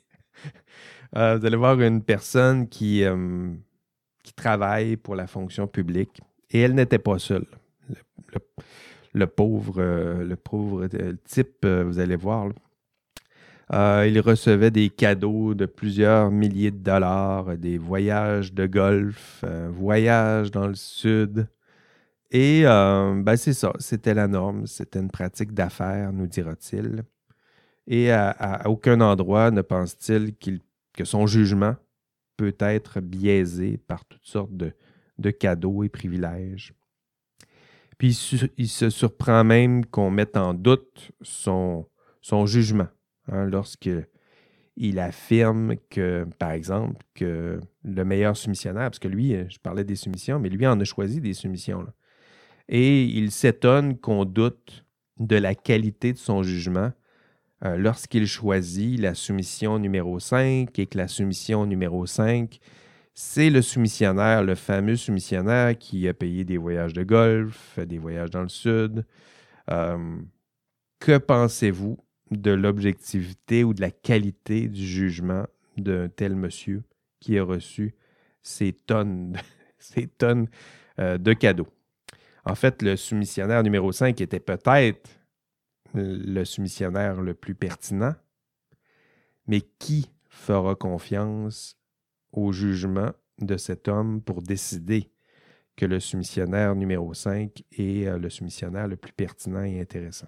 Euh, vous allez voir une personne qui, euh, qui travaille pour la fonction publique et elle n'était pas seule. Le, le, le pauvre, euh, le pauvre euh, type, euh, vous allez voir, là, euh, il recevait des cadeaux de plusieurs milliers de dollars, des voyages de golf, euh, voyages dans le sud. Et euh, ben c'est ça, c'était la norme, c'était une pratique d'affaires, nous dira-t-il. Et à, à aucun endroit ne pense-t-il qu'il que son jugement peut être biaisé par toutes sortes de, de cadeaux et privilèges. Puis il, su, il se surprend même qu'on mette en doute son, son jugement hein, lorsqu'il affirme que, par exemple, que le meilleur soumissionnaire, parce que lui, je parlais des soumissions, mais lui en a choisi des soumissions. Là. Et il s'étonne qu'on doute de la qualité de son jugement Euh, lorsqu'il choisit la soumission numéro cinq et que la soumission numéro cinq, c'est le soumissionnaire, le fameux soumissionnaire qui a payé des voyages de golf, des voyages dans le sud. Euh, que pensez-vous de l'objectivité ou de la qualité du jugement d'un tel monsieur qui a reçu ces tonnes, ces tonnes euh, de cadeaux? En fait, le soumissionnaire numéro cinq était peut-être le soumissionnaire le plus pertinent, mais qui fera confiance au jugement de cet homme pour décider que le soumissionnaire numéro cinq est le soumissionnaire le plus pertinent et intéressant?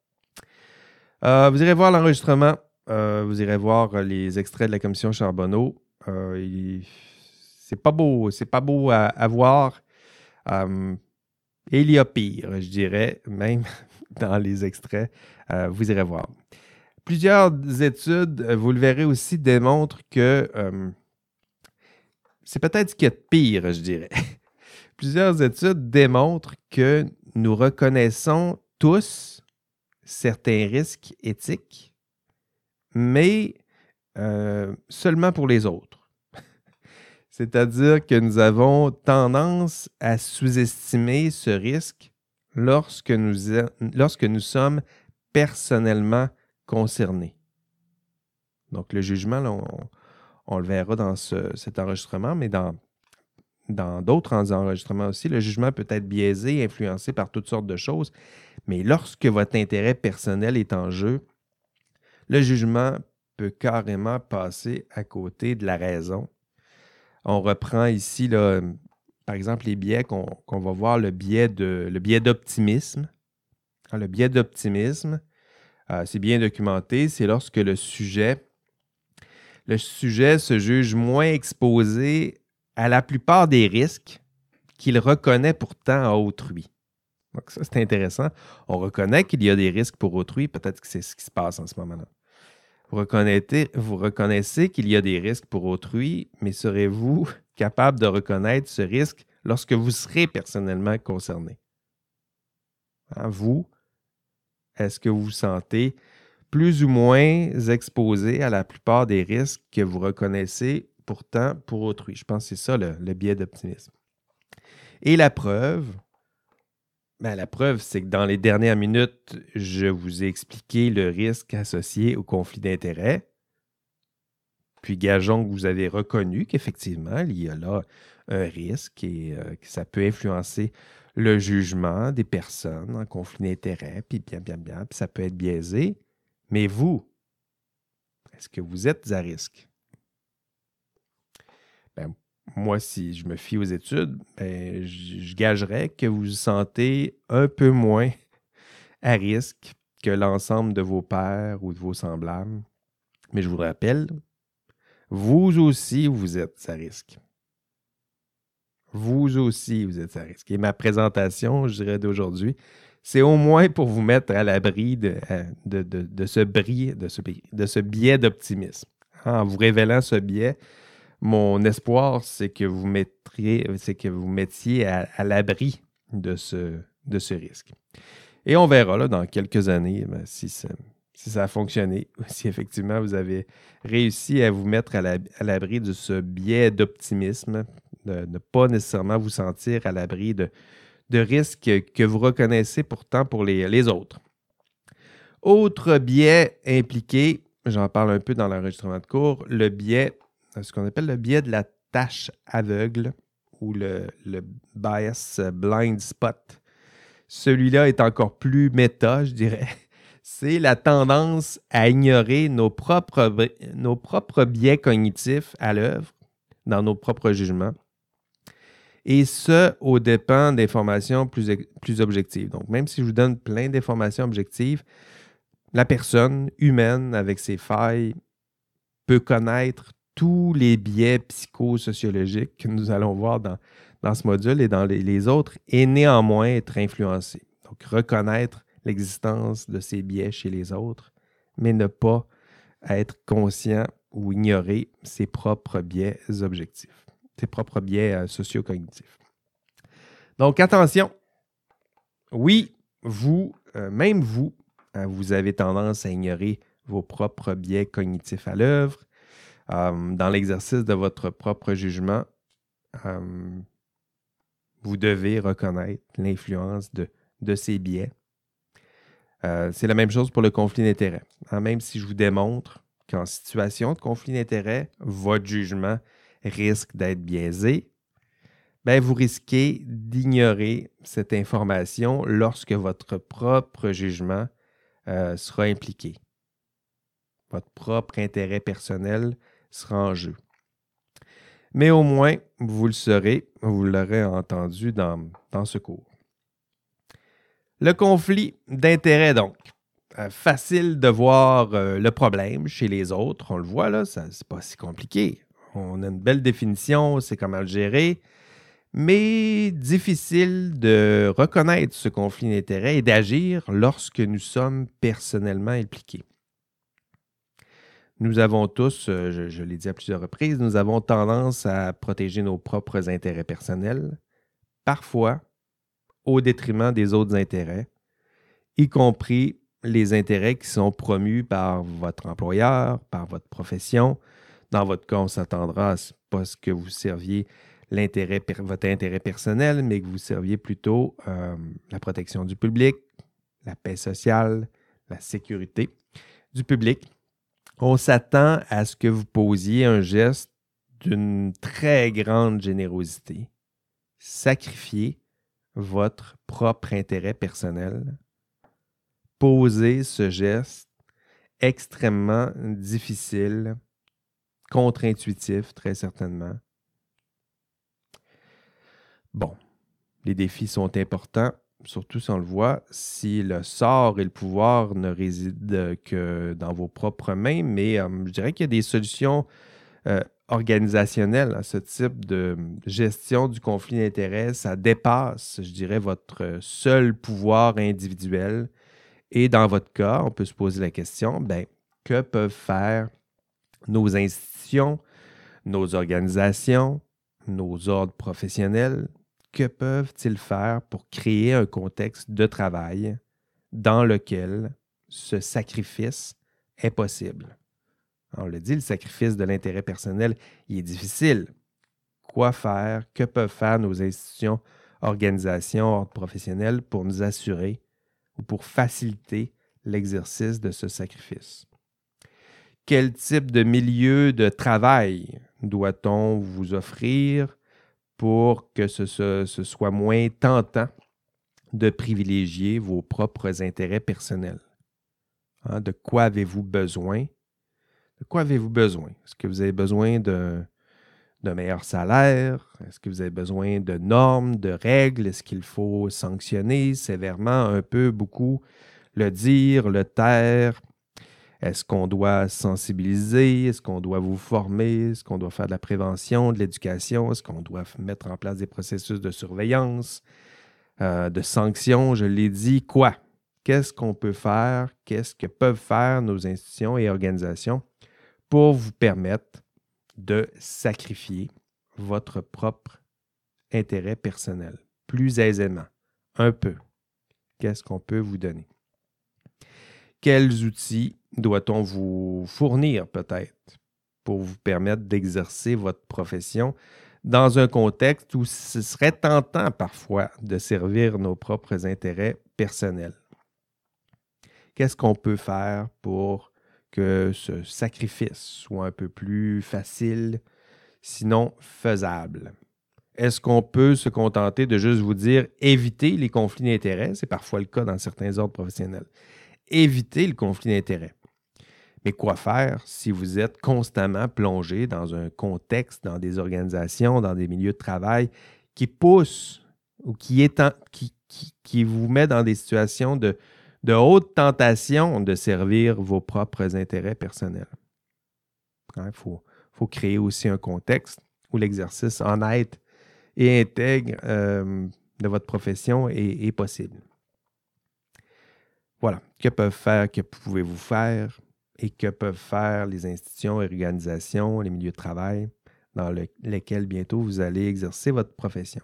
Euh, vous irez voir l'enregistrement, euh, vous irez voir les extraits de la commission Charbonneau. Euh, il, c'est pas beau, c'est pas beau à, à voir. Euh, et il y a pire, je dirais, même dans les extraits. Euh, vous irez voir. Plusieurs études, vous le verrez aussi, démontrent que euh, c'est peut-être ce qu'il y a de pire, je dirais. Plusieurs études démontrent que nous reconnaissons tous certains risques éthiques, mais euh, seulement pour les autres. C'est-à-dire que nous avons tendance à sous-estimer ce risque lorsque nous, lorsque nous sommes personnellement concernés. Donc, le jugement, là, on, on le verra dans ce, cet enregistrement, mais dans, dans d'autres enregistrements aussi, le jugement peut être biaisé, influencé par toutes sortes de choses, mais lorsque votre intérêt personnel est en jeu, le jugement peut carrément passer à côté de la raison. On reprend ici, là, par exemple, les biais qu'on, qu'on va voir, le biais, de, le biais d'optimisme. Le biais d'optimisme, euh, c'est bien documenté, c'est lorsque le sujet, le sujet se juge moins exposé à la plupart des risques qu'il reconnaît pourtant à autrui. Donc ça, c'est intéressant. On reconnaît qu'il y a des risques pour autrui, peut-être que c'est ce qui se passe en ce moment-là. Vous reconnaissez, vous reconnaissez qu'il y a des risques pour autrui, mais serez-vous capable de reconnaître ce risque lorsque vous serez personnellement concerné? Hein, vous, est-ce que vous vous sentez plus ou moins exposé à la plupart des risques que vous reconnaissez pourtant pour autrui? Je pense que c'est ça le, le biais d'optimisme. Et la preuve, ben, la preuve, c'est que dans les dernières minutes, je vous ai expliqué le risque associé au conflit d'intérêts. Puis gageons que vous avez reconnu qu'effectivement, il y a là un risque et euh, que ça peut influencer le jugement des personnes en conflit d'intérêts, puis bien, bien, bien, puis ça peut être biaisé. Mais vous, Est-ce que vous êtes à risque? Ben, moi, si je me fie aux études, ben, je, je gagerais que vous vous sentez un peu moins à risque que l'ensemble de vos pairs ou de vos semblables. Mais je vous le rappelle, vous aussi, vous êtes à risque. Vous aussi, vous êtes à risque. Et ma présentation, je dirais, d'aujourd'hui, c'est au moins pour vous mettre à l'abri de, de, de, de, ce, bris, de, ce, de ce biais d'optimisme. En vous révélant ce biais, mon espoir, c'est que vous mettriez, c'est que vous mettiez à, à l'abri de ce, de ce risque. Et on verra là, dans quelques années ben, si, ça, si ça a fonctionné, si effectivement vous avez réussi à vous mettre à, la, à l'abri de ce biais d'optimisme, de ne pas nécessairement vous sentir à l'abri de, de risques que vous reconnaissez pourtant pour les, les autres. Autre biais impliqué, j'en parle un peu dans l'enregistrement de cours, le biais, ce qu'on appelle le biais de la tâche aveugle ou le, le bias blind spot. Celui-là est encore plus méta, je dirais. C'est la tendance à ignorer nos propres, nos propres biais cognitifs à l'œuvre, dans nos propres jugements, et ce, aux dépens d'informations plus, plus objectives. Donc, même si je vous donne plein d'informations objectives, la personne humaine, avec ses failles, peut connaître tous les biais psychosociologiques que nous allons voir dans, dans ce module et dans les, les autres, et néanmoins être influencé. Donc, reconnaître l'existence de ces biais chez les autres, mais ne pas être conscient ou ignorer ses propres biais objectifs, ses propres biais euh, socio-cognitifs. Donc, attention, oui, vous, euh, même vous, euh, vous avez tendance à ignorer vos propres biais cognitifs à l'œuvre. Euh, dans l'exercice de votre propre jugement, euh, vous devez reconnaître l'influence de, de ces biais. Euh, c'est la même chose pour le conflit d'intérêts. Hein, même si je vous démontre qu'en situation de conflit d'intérêts, votre jugement risque d'être biaisé, ben vous risquez d'ignorer cette information lorsque votre propre jugement euh, sera impliqué. Votre propre intérêt personnel sera en jeu. Mais au moins, vous le saurez, vous l'aurez entendu dans, dans ce cours. Le conflit d'intérêts, donc. Euh, facile de voir euh, le problème chez les autres. On le voit, là, ça, c'est pas si compliqué. On a une belle définition, c'est comment le gérer. Mais difficile de reconnaître ce conflit d'intérêts et d'agir lorsque nous sommes personnellement impliqués. Nous avons tous, je, je l'ai dit à plusieurs reprises, nous avons tendance à protéger nos propres intérêts personnels, parfois au détriment des autres intérêts, y compris les intérêts qui sont promus par votre employeur, par votre profession. Dans votre cas, on s'attendra à ce pas ce que vous serviez l'intérêt, votre intérêt personnel, mais que vous serviez plutôt euh, la protection du public, la paix sociale, la sécurité du public. On s'attend à ce que vous posiez un geste d'une très grande générosité. Sacrifiez votre propre intérêt personnel. Posez ce geste extrêmement difficile, contre-intuitif, très certainement. Bon, les défis sont importants, surtout si on le voit, si le sort et le pouvoir ne résident que dans vos propres mains, mais euh, je dirais qu'il y a des solutions euh, organisationnelles à ce type de gestion du conflit d'intérêts. Ça dépasse, je dirais, votre seul pouvoir individuel. Et dans votre cas, on peut se poser la question, bien, que peuvent faire nos institutions, nos organisations, nos ordres professionnels? Que peuvent-ils faire pour créer un contexte de travail dans lequel ce sacrifice est possible? On le dit, le sacrifice de l'intérêt personnel, il est difficile. Quoi faire? Que peuvent faire nos institutions, organisations, ordres professionnels pour nous assurer ou pour faciliter l'exercice de ce sacrifice? Quel type de milieu de travail doit-on vous offrir pour que ce, ce, ce soit moins tentant de privilégier vos propres intérêts personnels? Hein, de quoi avez-vous besoin? De quoi avez-vous besoin? Est-ce que vous avez besoin de, d'un meilleur salaire? Est-ce que vous avez besoin de normes, de règles? Est-ce qu'il faut sanctionner sévèrement un peu, beaucoup, le dire, le taire? Est-ce qu'on doit sensibiliser? Est-ce qu'on doit vous former? Est-ce qu'on doit faire de la prévention, de l'éducation? Est-ce qu'on doit mettre en place des processus de surveillance, euh, de sanctions? Je l'ai dit, quoi? Qu'est-ce qu'on peut faire? Qu'est-ce que peuvent faire nos institutions et organisations pour vous permettre de sacrifier votre propre intérêt personnel plus aisément, un peu? Qu'est-ce qu'on peut vous donner? Quels outils doit-on vous fournir peut-être pour vous permettre d'exercer votre profession dans un contexte où ce serait tentant parfois de servir nos propres intérêts personnels? Qu'est-ce qu'on peut faire pour que ce sacrifice soit un peu plus facile, sinon faisable? Est-ce qu'on peut se contenter de juste vous dire éviter les conflits d'intérêts? C'est parfois le cas dans certains ordres professionnels. Éviter le conflit d'intérêts. Mais quoi faire si vous êtes constamment plongé dans un contexte, dans des organisations, dans des milieux de travail qui poussent ou qui, est en, qui, qui, qui vous met dans des situations de, de haute tentation de servir vos propres intérêts personnels? Il hein, faut, faut créer aussi un contexte où l'exercice honnête et intègre euh, de votre profession est, est possible. Voilà. Que peuvent faire, que pouvez-vous faire et que peuvent faire les institutions et organisations, les milieux de travail dans le, lesquels bientôt vous allez exercer votre profession?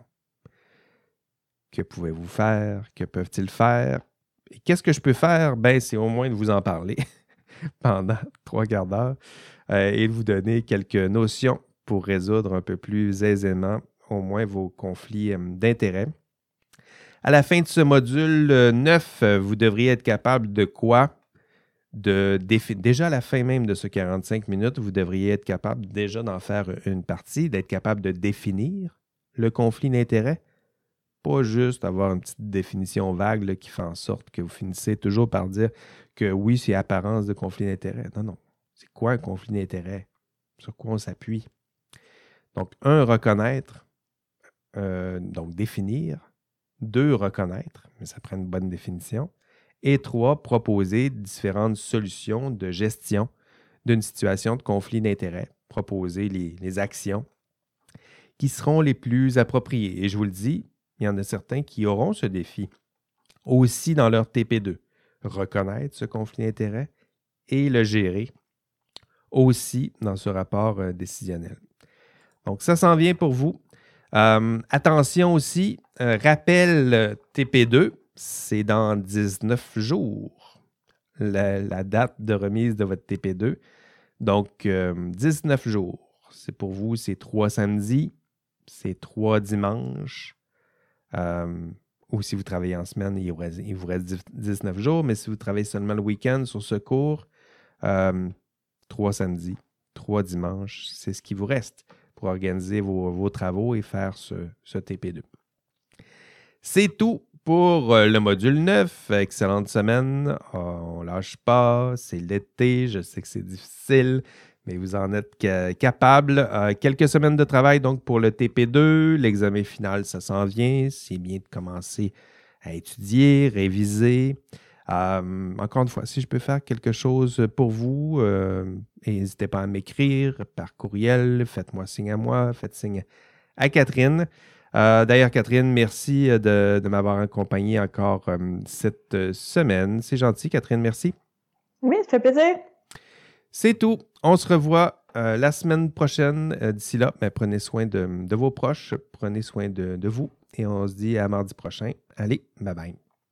Que pouvez-vous faire? Que peuvent-ils faire? Et qu'est-ce que je peux faire? Ben, c'est au moins de vous en parler pendant trois quarts d'heure euh, et de vous donner quelques notions pour résoudre un peu plus aisément au moins vos conflits euh, d'intérêts. À la fin de ce module neuf, vous devriez être capable de quoi? De défi- déjà à la fin même de ce quarante-cinq minutes, vous devriez être capable déjà d'en faire une partie, d'être capable de définir le conflit d'intérêts. Pas juste avoir une petite définition vague là, qui fait en sorte que vous finissez toujours par dire que oui, c'est apparence de conflit d'intérêts. Non, non. C'est quoi un conflit d'intérêts? Sur quoi on s'appuie? Donc, un, reconnaître, euh, donc définir. Deux, reconnaître, mais ça prend une bonne définition. Et trois, proposer différentes solutions de gestion d'une situation de conflit d'intérêts. Proposer les, les actions qui seront les plus appropriées. Et je vous le dis, il y en a certains qui auront ce défi aussi dans leur T P deux. Reconnaître ce conflit d'intérêts et le gérer aussi dans ce rapport euh, décisionnel. Donc, ça s'en vient pour vous. Euh, attention aussi, euh, rappel T P deux, c'est dans dix-neuf jours, la, la date de remise de votre T P deux. Donc, euh, dix-neuf jours. C'est pour vous, c'est trois samedis, c'est trois dimanches. Euh, ou si vous travaillez en semaine, il vous reste, il vous reste dix-neuf jours. Mais si vous travaillez seulement le week-end sur ce cours, euh, trois samedis, trois dimanches, c'est ce qui vous reste pour organiser vos, vos travaux et faire ce, ce T P deux. C'est tout pour le module neuf. Excellente semaine. Oh, on ne lâche pas. C'est l'été. Je sais que c'est difficile, mais vous en êtes ca- capable. Euh, quelques semaines de travail donc pour le T P deux. L'examen final, ça s'en vient. C'est bien de commencer à étudier, réviser. Euh, encore une fois, si je peux faire quelque chose pour vous, euh, n'hésitez pas à m'écrire par courriel, faites-moi signe à moi, faites signe à Catherine. Euh, d'ailleurs, Catherine, merci de, de m'avoir accompagné encore euh, cette semaine. C'est gentil, Catherine, merci. Oui, ça fait plaisir. C'est tout. On se revoit euh, la semaine prochaine. Euh, d'ici là, ben, prenez soin de, de vos proches, prenez soin de, de vous et on se dit à mardi prochain. Allez, bye bye.